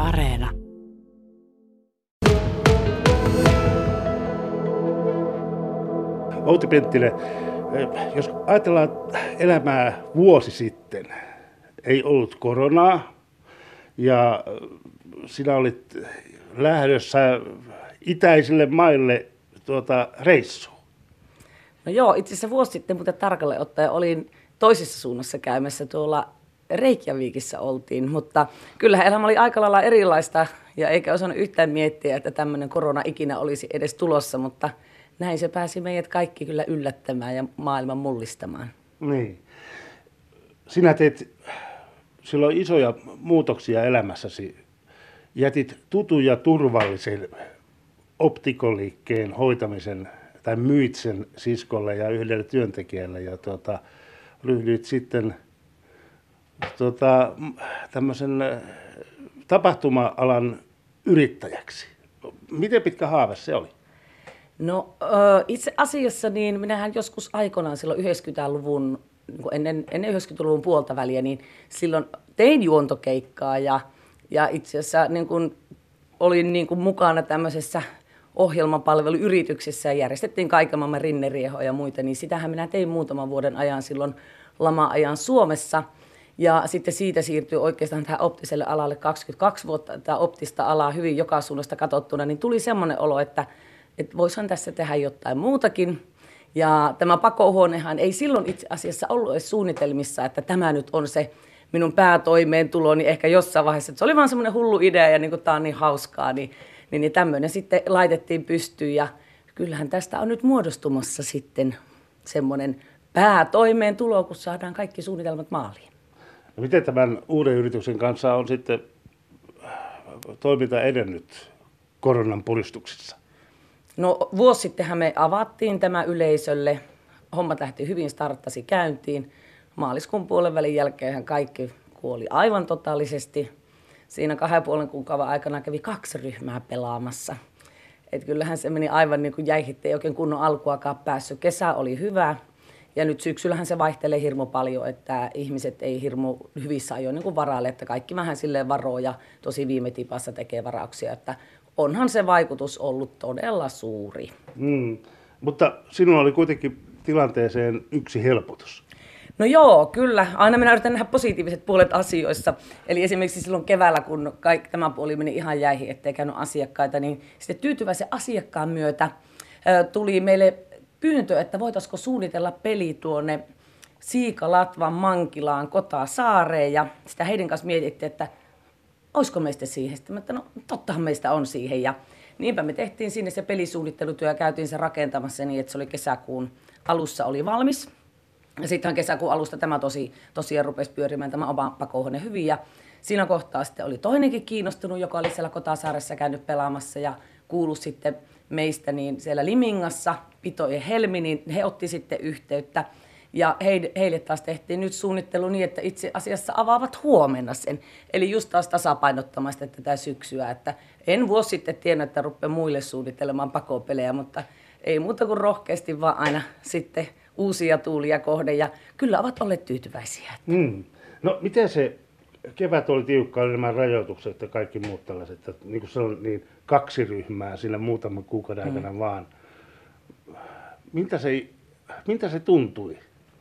Areena. Outi Penttinen, jos ajatellaan elämää vuosi sitten, ei ollut koronaa ja sinä olit lähdössä itäisille maille reissuun. No joo, itse asiassa vuosi sitten, mutta tarkalleen ottaen olin toisessa suunnassa käymässä tuolla Reykjavikissa oltiin, mutta kyllähän elämä oli aika lailla erilaista ja eikä osannut yhtään miettiä, että tämmöinen korona ikinä olisi edes tulossa, mutta näin se pääsi meidät kaikki kyllä yllättämään ja maailman mullistamaan. Niin. Sinä teit silloin isoja muutoksia elämässäsi. Jätit tutun ja turvallisen optikoliikkeen hoitamisen tai myit sen siskolle ja yhdelle työntekijälle ja ryhdyit sitten tämmöisen tapahtuma-alan yrittäjäksi. Miten pitkä haave se oli? No itse asiassa niin minähän joskus aikoinaan silloin 90-luvun, ennen 90-luvun puolta väliä, niin silloin tein juontokeikkaa ja itse asiassa niin kuin olin niin kuin mukana tämmöisessä ohjelmapalveluyrityksessä ja järjestettiin kaiken maailman rinneriehoja ja muita, niin sitähän minä tein muutaman vuoden ajan silloin lama-ajan Suomessa. Ja sitten siitä siirtyi oikeastaan tähän optiselle alalle 22 vuotta, tämä optista alaa hyvin joka suunnasta katsottuna, niin tuli semmoinen olo, että voisihan tässä tehdä jotain muutakin. Ja tämä pakohuonehan ei silloin itse asiassa ollut edes suunnitelmissa, että tämä nyt on se minun päätoimeentulo, niin ehkä jossain vaiheessa, että se oli vaan semmoinen hullu idea ja niin kuin tämä on niin hauskaa, niin tämmöinen sitten laitettiin pystyyn ja kyllähän tästä on nyt muodostumassa sitten semmoinen päätoimeentulo, kun saadaan kaikki suunnitelmat maaliin. No miten tämän uuden yrityksen kanssa on sitten toiminta edennyt koronan puristuksissa? No vuosi sittenhän me avattiin tämä yleisölle. Hommat lähti hyvin, starttasi käyntiin. Maaliskuun puolen välin jälkeen kaikki kuoli aivan totaalisesti. Siinä 2,5 kuukauden aikana kävi 2 ryhmää pelaamassa. Et kyllähän se meni aivan niin kuin jäihitte, ei oikein kunnon alkuakaan päässyt. Kesä oli hyvä ja nyt syksyllähän se vaihtelee hirmu paljon, että ihmiset ei hirmu hyvissä ajoin niin kuin varaille, että kaikki vähän silleen varoo ja tosi viime tipassa tekee varauksia, että onhan se vaikutus ollut todella suuri. Mutta sinulla oli kuitenkin tilanteeseen yksi helpotus. No joo, kyllä. Aina minä yritän nähdä positiiviset puolet asioissa. Eli esimerkiksi silloin keväällä, kun tämä puoli meni ihan jäihin, ettei käynyt asiakkaita, niin sitten tyytyväisen asiakkaan myötä tuli meille pyyntö, että voitaisiko suunnitella peli tuonne Siikalatvan Mankilaan Kotasaareen. Ja sitä heidän kanssa mietittiin, että olisiko meistä siihen. Sitten että no tottahan meistä on siihen. Ja niinpä me tehtiin sinne se pelisuunnittelutyö ja käytiin se rakentamassa niin, että se oli kesäkuun alussa oli valmis. Ja sittenhän kesäkuun alusta tämä tosiaan rupesi pyörimään tämä oma pakohuone hyvin. Ja siinä kohtaa sitten oli toinenkin kiinnostunut, joka oli siellä Kotasaaressa käynyt pelaamassa ja kuului sitten meistä niin siellä Limingassa, Pito ja Helmi, niin he otti sitten yhteyttä. Ja heille taas tehtiin nyt suunnittelu niin, että itse asiassa avaavat huomenna sen. Eli just taas tasapainottamaan sitä tätä syksyä. Että en vuosi sitten tiennyt, että rupeaa muille suunnittelemaan pakopelejä, mutta ei muuta kuin rohkeasti, vaan aina sitten uusia tuulia kohde. Ja kyllä ovat olleet tyytyväisiä. No miten se kevät oli tiukka, oli nämä rajoitukset ja kaikki muut tällaiset. Että niin kuin se on niin 2 ryhmää siinä muutaman kuukauden aikana vaan. Miltä se tuntui?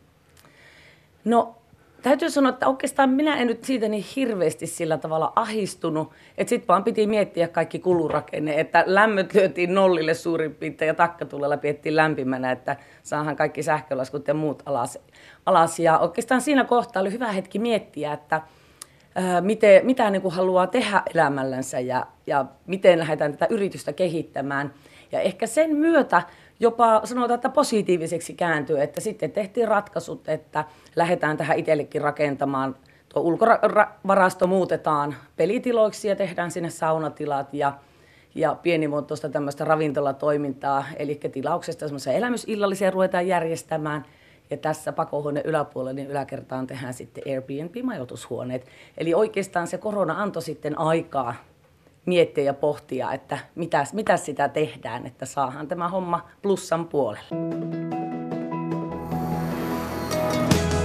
No täytyy sanoa, että oikeastaan minä en nyt siitä niin hirveästi sillä tavalla ahistunut, että sitten vaan piti miettiä kaikki kulurakenne, että lämmöt lyötiin nollille suurin piirtein ja takkatulella pidettiin lämpimänä, että saadaan kaikki sähkölaskut ja muut alas. Ja oikeastaan siinä kohtaa oli hyvä hetki miettiä, että mitä niin kuin haluaa tehdä elämällänsä ja miten lähdetään tätä yritystä kehittämään. Ja ehkä sen myötä jopa sanotaan, että positiiviseksi kääntyy, että sitten tehtiin ratkaisut, että lähdetään tähän itsellekin rakentamaan. Tuo ulkovarasto muutetaan pelitiloiksi ja tehdään sinne saunatilat ja pienimuotoista tämmöistä ravintolatoimintaa. Eli tilauksesta semmoisia elämysillallisia ruvetaan järjestämään. Ja tässä pakohuoneen yläpuolella niin yläkertaan tehdään sitten Airbnb-majoitushuoneet. Eli oikeastaan se korona antoi sitten aikaa miettiä ja pohtia, että mitä sitä tehdään, että saadaan tämä homma plussan puolelle.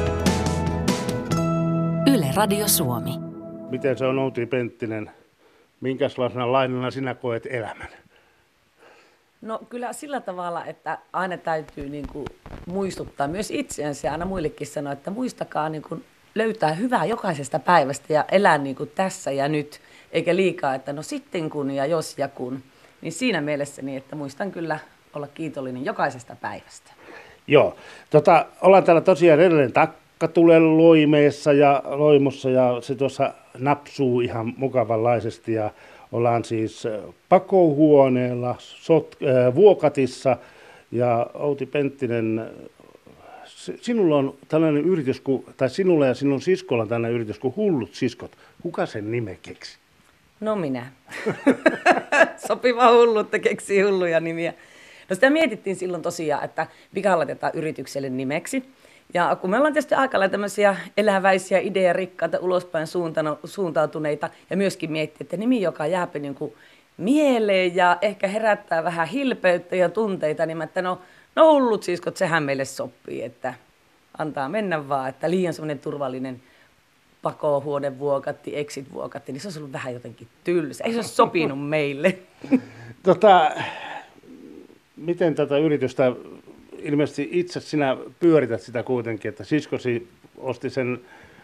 Yle Radio Suomi. Miten se on, Outi Penttinen, Minkälaisena lainana sinä koet elämän? No kyllä sillä tavalla, että aina täytyy niin kuin muistuttaa myös itseänsä ja aina muillekin sanoa, että muistakaa niin kuin löytää hyvää jokaisesta päivästä ja elää niin kuin tässä ja nyt, eikä liikaa, että no sitten kun ja jos ja kun. Niin siinä mielessä niin, että muistan kyllä olla kiitollinen jokaisesta päivästä. Joo. Ollaan täällä tosiaan edelleen takkatulen loimossa ja se tuossa napsuu ihan mukavanlaisesti ja ollaan siis pakohuoneella Vuokatissa ja Outi Penttinen, sinulla on tällainen yritys, tai sinulla ja sinun siskolla on tällainen yritys kuin Hullut siskot. Kuka sen nime keksi? No minä. Sopiva hullu, että keksii hulluja nimiä. No sitä mietittiin silloin tosiaan, että mikä laitetaan yritykselle nimeksi. Ja kun me ollaan tietysti aika lailla tämmöisiä eläväisiä, idearikkaita, ulospäin suuntautuneita ja myöskin miettiä, että nimi, joka jää niin kuin mieleen ja ehkä herättää vähän hilpeyttä ja tunteita, niin mä, että no hullut siskot, sehän meille sopii, että antaa mennä vaan, että liian semmoinen turvallinen pakohuone Vuokatti, exit Vuokatti, niin se olisi ollut vähän jotenkin tylsä. Ei se olisi sopinut meille. Miten tätä yritystä, ilmeisesti itse sinä pyörität sitä kuitenkin, että siskosi osti sen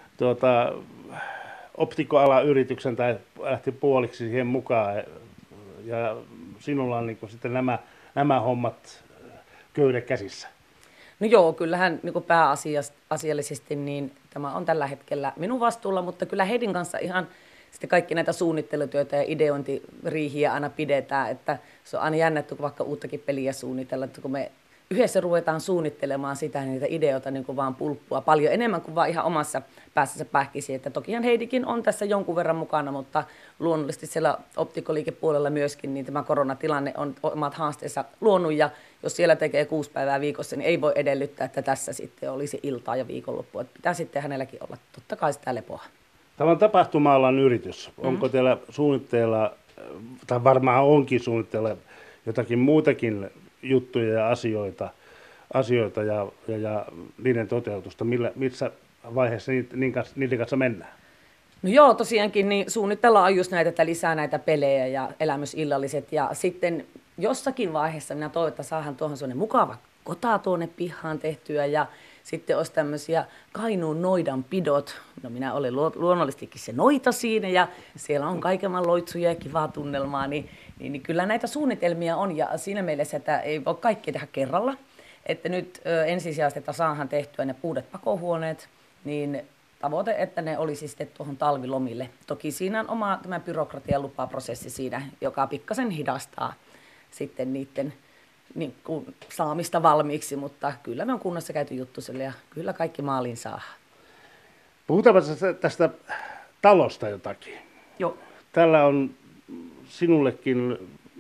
optikoalan yrityksen tai lähti puoliksi siihen mukaan ja sinulla on niin sitten nämä hommat köyden käsissä. No joo, kyllähän niin pääasiallisesti niin tämä on tällä hetkellä minun vastuulla, mutta kyllä heidän kanssa ihan sitten kaikki näitä suunnittelutyötä ja ideointiriihiä aina pidetään, että se on aina jännä, kun vaikka uuttakin peliä suunnitella, että kun me yhdessä ruvetaan suunnittelemaan sitä, niin niitä ideoita niin kuin vaan pulppua paljon enemmän kuin vaan ihan omassa päässänsä pähkisi. Että tokihan Heidikin on tässä jonkun verran mukana, mutta luonnollisesti siellä optikoliikepuolella myöskin niin tämä koronatilanne on omat haasteensa luonut. Ja jos siellä tekee 6 päivää viikossa, niin ei voi edellyttää, että tässä sitten olisi iltaa ja viikonloppu. Että pitää sitten hänelläkin olla totta kai sitä lepoa. Tämä on tapahtuma-alan yritys. Onko teillä suunnitteilla, tai varmaan onkin suunnitteilla jotakin muutakin juttuja ja asioita ja niiden toteutusta, missä vaiheessa niiden kanssa mennään? No joo, tosiaankin niin suunnitellaan just näitä, että lisää näitä pelejä ja elämysillalliset ja sitten jossakin vaiheessa minä toivon, että saadaan tuohon sellainen mukava kota tuonne pihaan tehtyä ja sitten olisi tämmöisiä Kainuun noidan pidot. No minä olen luonnollisestikin se noita siinä ja siellä on kaikenlaista loitsuja ja kivaa tunnelmaa, niin kyllä näitä suunnitelmia on ja siinä mielessä, että ei voi kaikkea tehdä kerralla. Että nyt ensisijaisesti, että saadaan tehtyä ne uudet pakohuoneet, niin tavoite, että ne olisi sitten tuohon talvilomille. Toki siinä on oma tämä byrokratian lupaprosessi siinä, joka pikkasen hidastaa sitten niiden niin kuin saamista valmiiksi, mutta kyllä me on kunnassa käyty juttu sille ja kyllä kaikki maaliin saadaan. Puhutaanpa tästä talosta jotakin. Joo. Täällä on sinullekin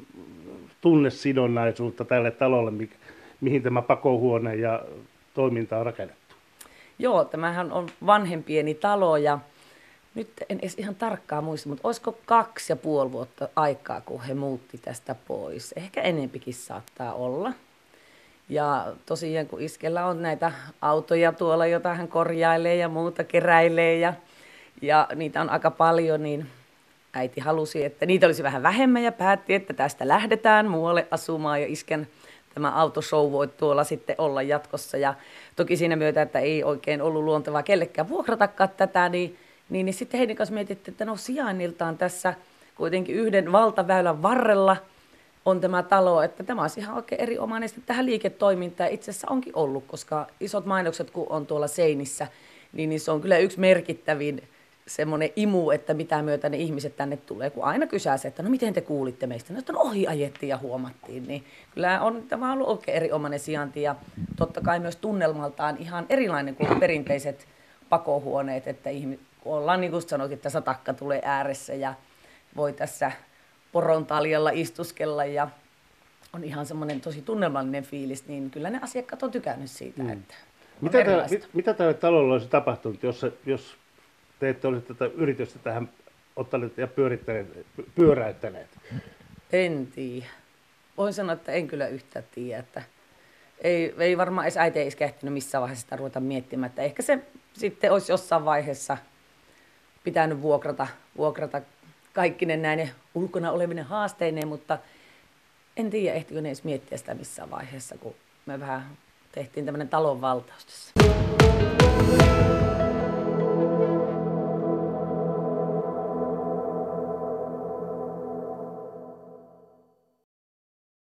tunnesidonnaisuutta tälle talolle, mihin tämä pakohuone ja toiminta on rakennettu. Joo, tämähän on vanhempieni talo ja nyt en edes ihan tarkkaan muista, mutta olisiko 2,5 vuotta aikaa, kun he muutti tästä pois. Ehkä enempikin saattaa olla. Ja tosiaan, kun iskellä on näitä autoja tuolla, joita hän korjailee ja muuta keräilee ja niitä on aika paljon, niin äiti halusi, että niitä olisi vähän vähemmän ja päätti, että tästä lähdetään muualle asumaan ja isken tämä autoshow voi tuolla sitten olla jatkossa. Ja toki siinä myötä, että ei oikein ollut luontevaa kellekään vuokratakaan tätä, niin sitten heidän kanssa mietittiin, että no sijainniltaan tässä kuitenkin yhden valtaväylän varrella on tämä talo, että tämä olisi ihan oikein erinomainen tähän liiketoimintaan. Itse asiassa onkin ollut, koska isot mainokset kun on tuolla seinissä, niin se on kyllä yksi merkittävin semmoinen imu, että mitä myötä ne ihmiset tänne tulee, kun aina kysäisee, että no miten te kuulitte meistä, no että ohi ajettiin ja huomattiin, niin kyllä tämä on ollut oikein erinomainen sijainti ja totta kai myös tunnelmaltaan ihan erilainen kuin perinteiset pakohuoneet, että ollaan niin kuin sanoikin, että satakka tulee ääressä ja voi tässä porontaljalla istuskella ja on ihan semmoinen tosi tunnelmallinen fiilis, niin kyllä ne asiakkaat on tykännyt siitä, että mitä tälle talolle olisi tapahtunut, jos te ette olisi tätä yritystä tähän ottaneet ja pyöräyttäneet? En tiedä. Voin sanoa, että en kyllä yhtään tiedä, että ei varmaan edes äiti ei kehtinyt missään vaiheessa sitä ruveta miettimään, että ehkä se sitten olisi jossain vaiheessa pitänyt vuokrata kaikkinen näine ulkona olevinen haasteineen, mutta en tiedä, ehtikö ne edes miettiä sitä missään vaiheessa, kun me vähän tehtiin tämmöinen talonvaltaus tässä.